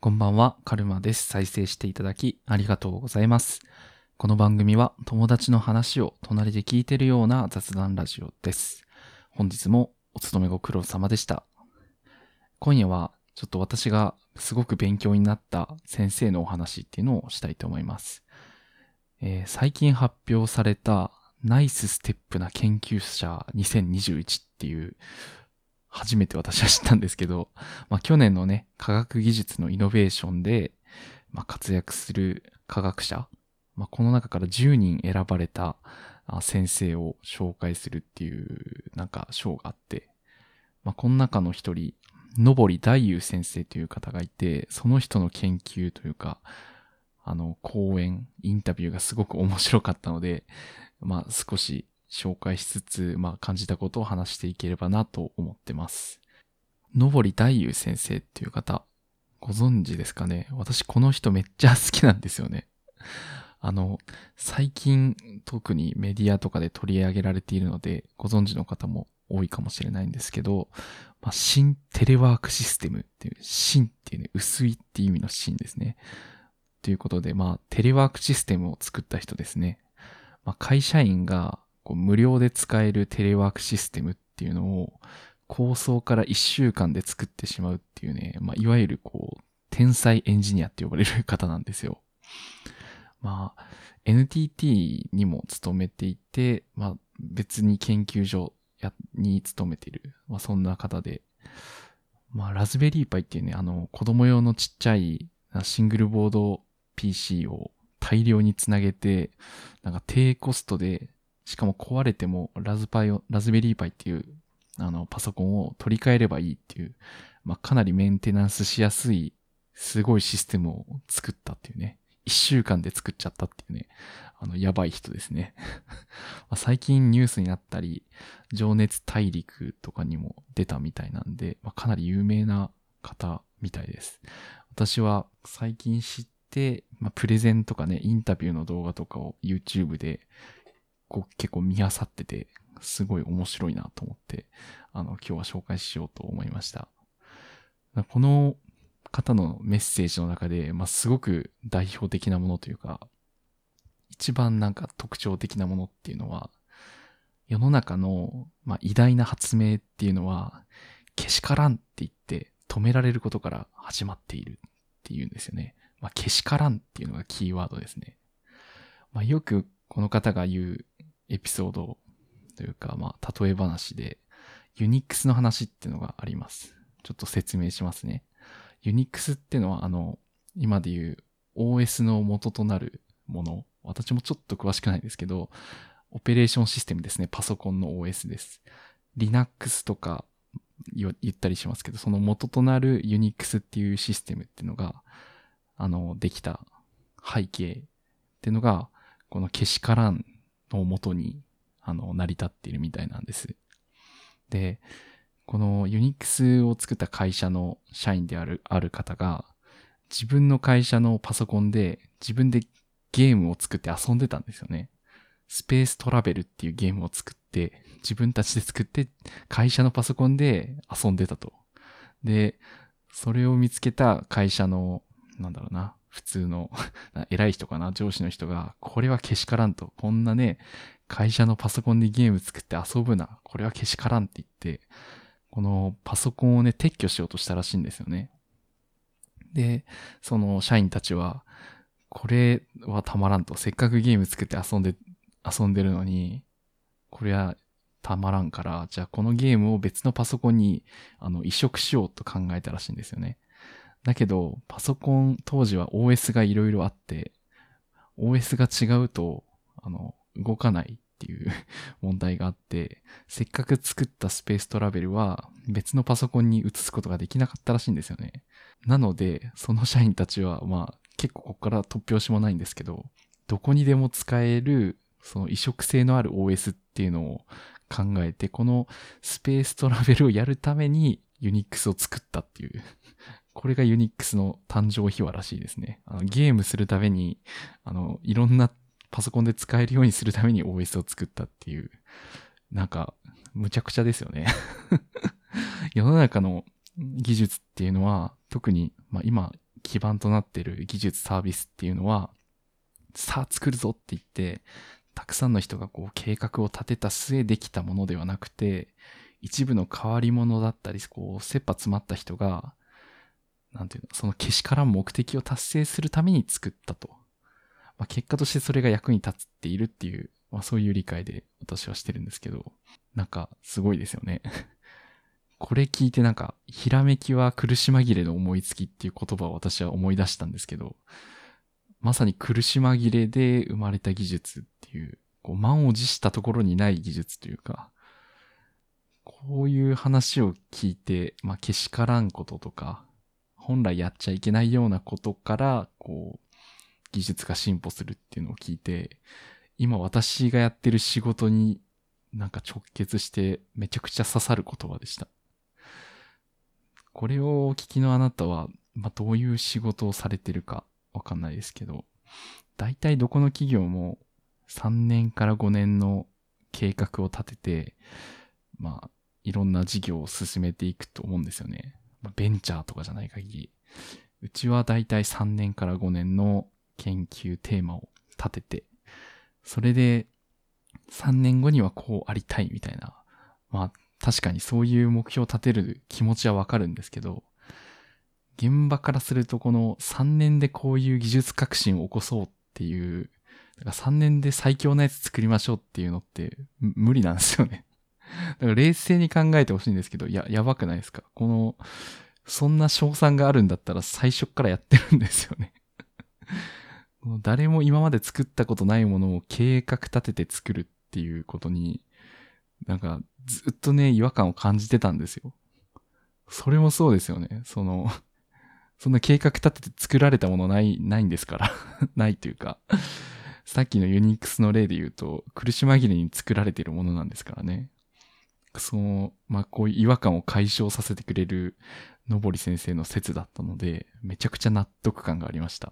こんばんは、カルマです。再生していただきありがとうございます。この番組は友達の話を隣で聞いているような雑談ラジオです。本日もお勤めご苦労様でした。今夜はちょっと私がすごく勉強になった先生のお話っていうのをしたいと思います。最近発表されたナイスステップな研究者2021っていう初めて私は知ったんですけど、去年のね、科学技術のイノベーションで、活躍する科学者、この中から10人選ばれた先生を紹介するっていう賞があって、この中の一人、野堀大祐先生という方がいて、その人の研究というか、講演、インタビューがすごく面白かったので、少し紹介しつつ、感じたことを話していければなと思ってます。野堀大祐先生っていう方、ご存知ですかね？私この人めっちゃ好きなんですよね。最近特にメディアとかで取り上げられているので、ご存知の方も多いかもしれないんですけど、新テレワークシステムっていう、新っていうね、薄いっていう意味の新ですね。ということで、テレワークシステムを作った人ですね。会社員が無料で使えるテレワークシステムっていうのを構想から1週間で作ってしまうっていうね、いわゆる天才エンジニアって呼ばれる方なんですよ。NTT にも勤めていて、別に研究所に勤めている、そんな方で、ラズベリーパイっていうね、子供用のちっちゃいシングルボード PC を大量につなげて、低コストで、しかも壊れてもラズベリーパイっていうパソコンを取り替えればいいっていう、かなりメンテナンスしやすい、すごいシステムを作ったっていうね。一週間で作っちゃったっていうね。やばい人ですね。最近ニュースになったり、情熱大陸とかにも出たみたいなんで、かなり有名な方みたいです。私は最近知って、プレゼンとかね、インタビューの動画とかを YouTube で結構見漁ってて、すごい面白いなと思って、今日は紹介しようと思いました。この方のメッセージの中で、すごく代表的なものというか、一番特徴的なものっていうのは、世の中の、偉大な発明っていうのは、けしからんって言って止められることから始まっているっていうんですよね。けしからんっていうのがキーワードですね。よくこの方が言うエピソードというか、例え話で、ユニックスの話っていうのがあります。ちょっと説明しますね。ユニックスっていうのは、今で言う OS の元となるもの。私もちょっと詳しくないですけど、オペレーションシステムですね。パソコンの OS です。Linux とか言ったりしますけど、その元となる Unix っていうシステムっていうのが、できた背景っていうのが、このけしからんの元に、成り立っているみたいなんです。で、この Unix を作った会社の社員である方が、自分の会社のパソコンで自分でゲームを作って遊んでたんですよね。スペーストラベルっていうゲームを作って、自分たちで作って会社のパソコンで遊んでたと。で、それを見つけた会社の、普通の偉い人かな、上司の人が、これはけしからんと。こんなね、会社のパソコンでゲーム作って遊ぶな。これはけしからんって言って、このパソコンをね、撤去しようとしたらしいんですよね。で、その社員たちは、これはたまらんと。せっかくゲーム作って遊んでるのに、これはたまらんから、じゃあこのゲームを別のパソコンに移植しようと考えたらしいんですよね。だけど、パソコン、当時は OS がいろいろあって、OS が違うと、動かないっていう問題があって、せっかく作ったスペーストラベルは別のパソコンに移すことができなかったらしいんですよね。なので、その社員たちは、結構ここから突拍子もないんですけど、どこにでも使える、その移植性のある OS っていうのを考えて、このスペーストラベルをやるために Unix を作ったっていう。これが Unix の誕生秘話らしいですね。ゲームするために、いろんなパソコンで使えるようにするために OS を作ったっていう。むちゃくちゃですよね。世の中の技術っていうのは、特に、今、 基盤となっている技術サービスっていうのは、さあ作るぞって言って、たくさんの人がこう計画を立てた末できたものではなくて、一部の変わり者だったり、こう、切羽詰まった人が、なんていうの、そのけしからん目的を達成するために作ったと。結果としてそれが役に立っているっていう、そういう理解で私はしてるんですけど、なんかすごいですよね。これ聞いてなんか、ひらめきは苦し紛れの思いつきっていう言葉を私は思い出したんですけど、まさに苦し紛れで生まれた技術っていう、こう満を持したところにない技術というか、こういう話を聞いて、けしからんこととか、本来やっちゃいけないようなことから、こう、技術が進歩するっていうのを聞いて、今私がやってる仕事になんか直結してめちゃくちゃ刺さる言葉でした。これをお聞きのあなたは、どういう仕事をされてるかわかんないですけど、大体どこの企業も3年から5年の計画を立てて、いろんな事業を進めていくと思うんですよね。ベンチャーとかじゃない限り。うちは大体3年から5年の研究テーマを立てて、それで3年後にはこうありたいみたいな。確かにそういう目標を立てる気持ちはわかるんですけど、現場からするとこの3年でこういう技術革新を起こそうっていう、だから3年で最強のやつ作りましょうっていうのって無理なんですよね。だから冷静に考えてほしいんですけど、やばくないですか？そんな賞賛があるんだったら最初からやってるんですよね。誰も今まで作ったことないものを計画立てて作るっていうことに、なんかずっとね、違和感を感じてたんですよ。それもそうですよね。そんな計画立てて作られたものないんですから。ないというか、さっきのユニックスの例で言うと、苦し紛れに作られているものなんですからね。こういう違和感を解消させてくれるのぼり先生の説だったので、めちゃくちゃ納得感がありました。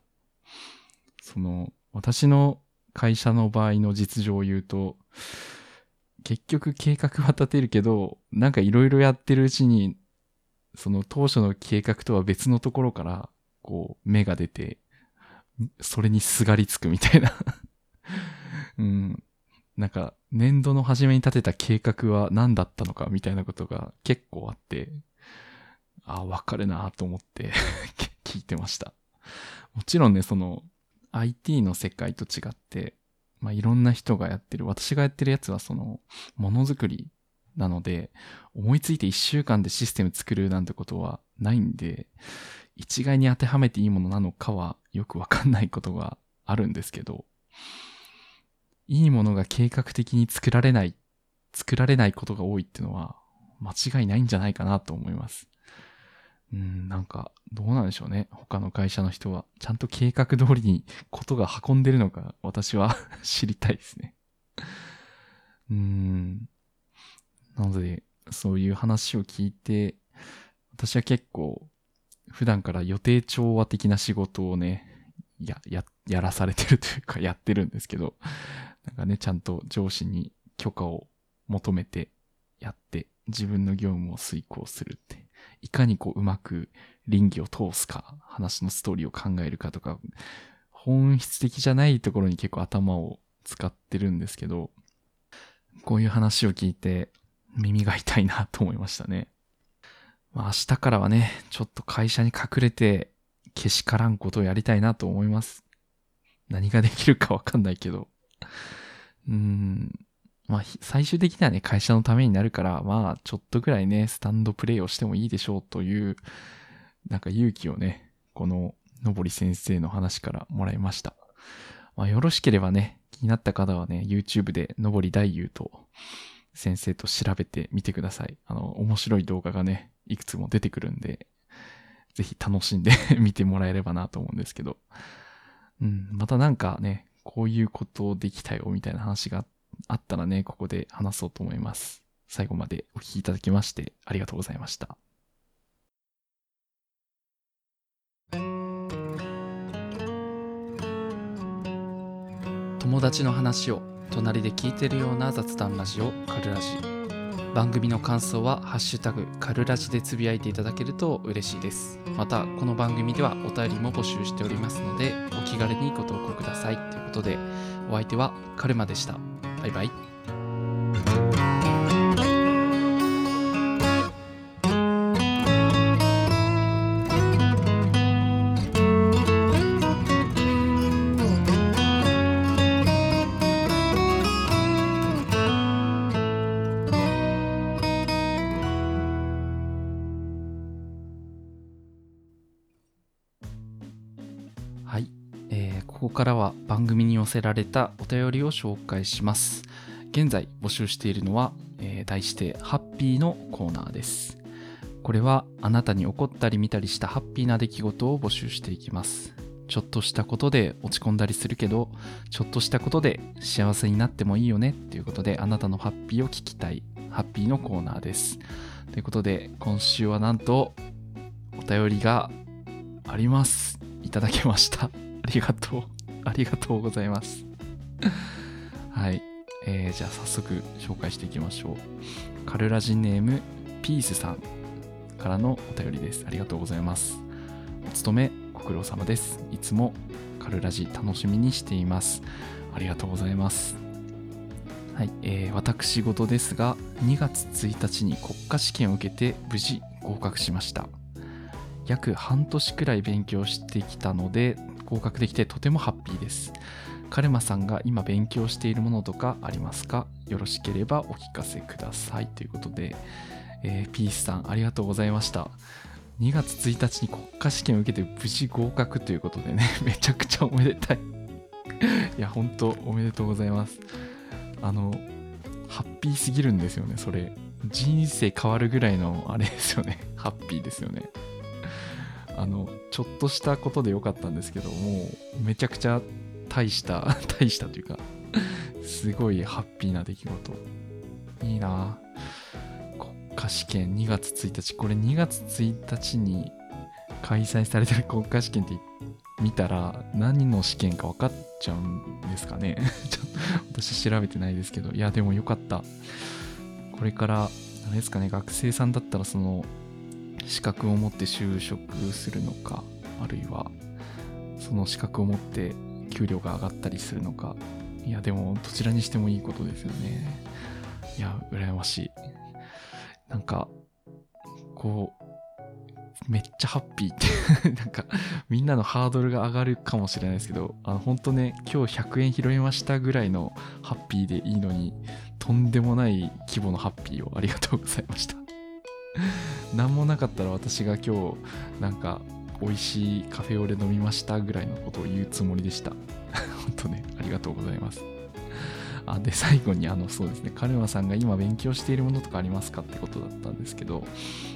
私の会社の場合の実情を言うと、結局計画は立てるけど、なんかいろいろやってるうちに、その当初の計画とは別のところから、こう、芽が出て、それにすがりつくみたいな。うん。なんか、年度の初めに立てた計画は何だったのかみたいなことが結構あって、わかるなと思って聞いてました。もちろんね、IT の世界と違って、いろんな人がやってる、私がやってるやつはものづくりなので、思いついて1週間でシステム作るなんてことはないんで、一概に当てはめていいものなのかはよくわかんないことがあるんですけど、いいものが計画的に作られないことが多いっていうのは間違いないんじゃないかなと思います。なんか、どうなんでしょうね。他の会社の人は。ちゃんと計画通りにことが運んでるのか、私は知りたいですね。なので、そういう話を聞いて、私は結構、普段から予定調和的な仕事をね、やらされてるというか、やってるんですけど、なんかね、ちゃんと上司に許可を求めてやって、自分の業務を遂行するって。いかにうまく倫理を通すか、話のストーリーを考えるかとか、本質的じゃないところに結構頭を使ってるんですけど、こういう話を聞いて耳が痛いなと思いましたね。明日からはね、ちょっと会社に隠れてけしからんことをやりたいなと思います。何ができるかわかんないけど。最終的にはね、会社のためになるから、ちょっとぐらいね、スタンドプレイをしてもいいでしょうという、なんか勇気をね、この、のぼり先生の話からもらいました。よろしければね、気になった方はね、YouTube でのぼり大優と先生と調べてみてください。面白い動画がね、いくつも出てくるんで、ぜひ楽しんで見てもらえればなと思うんですけど。またなんかね、こういうことできたよみたいな話があったらね、ここで話そうと思います。最後までお聞きいただきましてありがとうございました。友達の話を隣で聞いてるような雑談ラジオ、カルラジ。 番組の感想はハッシュタグカルラジでつぶやいていただけると嬉しいです。またこの番組ではお便りも募集しておりますので、お気軽にご投稿くださいということで、お相手はカルマでした。バイバイ。はい、ここからは番組に寄せられたお便りを紹介します。現在募集しているのは、題してハッピーのコーナーです。これはあなたに起こったり見たりしたハッピーな出来事を募集していきます。ちょっとしたことで落ち込んだりするけど、ちょっとしたことで幸せになってもいいよねっていうことで、あなたのハッピーを聞きたいハッピーのコーナーです。ということで、今週はなんとお便りがあります。いただきました。ありがとうございます。はい、じゃあ早速紹介していきましょう。カルラジネームピースさんからのお便りです。ありがとうございます。お勤めご苦労様です。いつもカルラジ楽しみにしています。ありがとうございます。はい、私事ですが、2月1日に国家試験を受けて無事合格しました。約半年くらい勉強してきたので合格できてとてもハッピーです。カルマさんが今勉強しているものとかありますか？よろしければお聞かせくださいということで、ピースさんありがとうございました。2月1日に国家試験を受けて無事合格ということでね、めちゃくちゃおめでたい。いや本当おめでとうございます。ハッピーすぎるんですよね。それ人生変わるぐらいのあれですよね。ハッピーですよね。ちょっとしたことでよかったんですけど、もうめちゃくちゃ大したというかすごいハッピーな出来事。いいな。国家試験2月1日、これ2月1日に開催されてる国家試験って見たら何の試験か分かっちゃうんですかね。ちょっと私調べてないですけど、いやでもよかった。これから何ですかね、学生さんだったらその資格を持って就職するのか、あるいはその資格を持って給料が上がったりするのか。いやでもどちらにしてもいいことですよね。いや羨ましい。なんかこうめっちゃハッピーってなんかみんなのハードルが上がるかもしれないですけど、本当ね、今日100円拾いましたぐらいのハッピーでいいのに、とんでもない規模のハッピーをありがとうございました。何もなかったら私が今日なんか美味しいカフェオレ飲みましたぐらいのことを言うつもりでした。本当ね、ありがとうございます。で最後にそうですね、カルマさんが今勉強しているものとかありますかってことだったんですけど、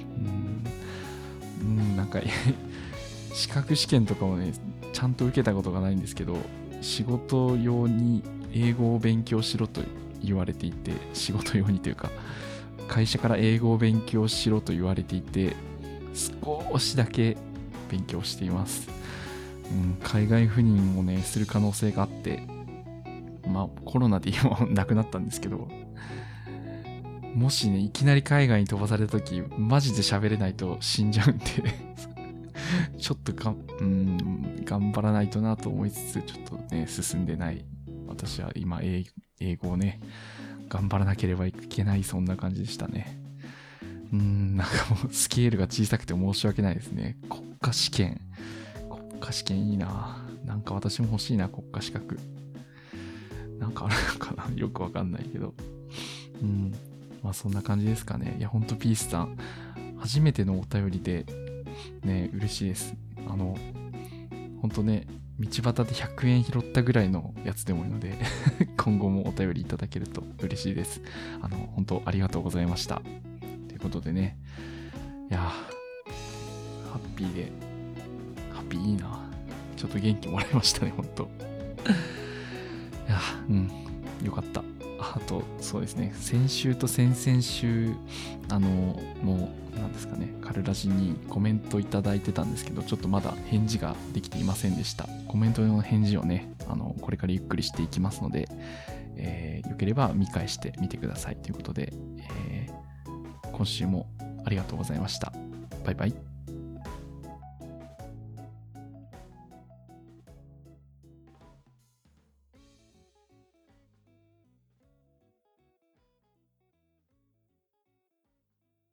なんか資格試験とかもねちゃんと受けたことがないんですけど、仕事用に英語を勉強しろと言われていて、仕事用にというか会社から英語を勉強しろと言われていて、少しだけ勉強しています。海外赴任もねする可能性があって、コロナで今なくなったんですけど、もしねいきなり海外に飛ばされた時マジで喋れないと死んじゃうんでちょっと頑張らないとなと思いつつ、ちょっとね進んでない私は今英語をね頑張らなければいけない、そんな感じでしたね。なんかもうスケールが小さくて申し訳ないですね。国家試験いいな。なんか私も欲しいな、国家資格。なんかあるのかな、よくわかんないけど。そんな感じですかね。いやほんとピースさん初めてのお便りでね嬉しいです。ほんとね、道端で100円拾ったぐらいのやつでもいいので今後もお便りいただけると嬉しいです。本当ありがとうございました。ということでね、いやハッピーいいな。ちょっと元気もらいましたね、本当。いやよかった。あとそうですね、先週と先々週もうなんですかね、カルラジにコメントいただいてたんですけど、ちょっとまだ返事ができていませんでした。コメントの返事をねこれからゆっくりしていきますので、よければ見返してみてくださいということで、 今週もありがとうございました。バイバイ。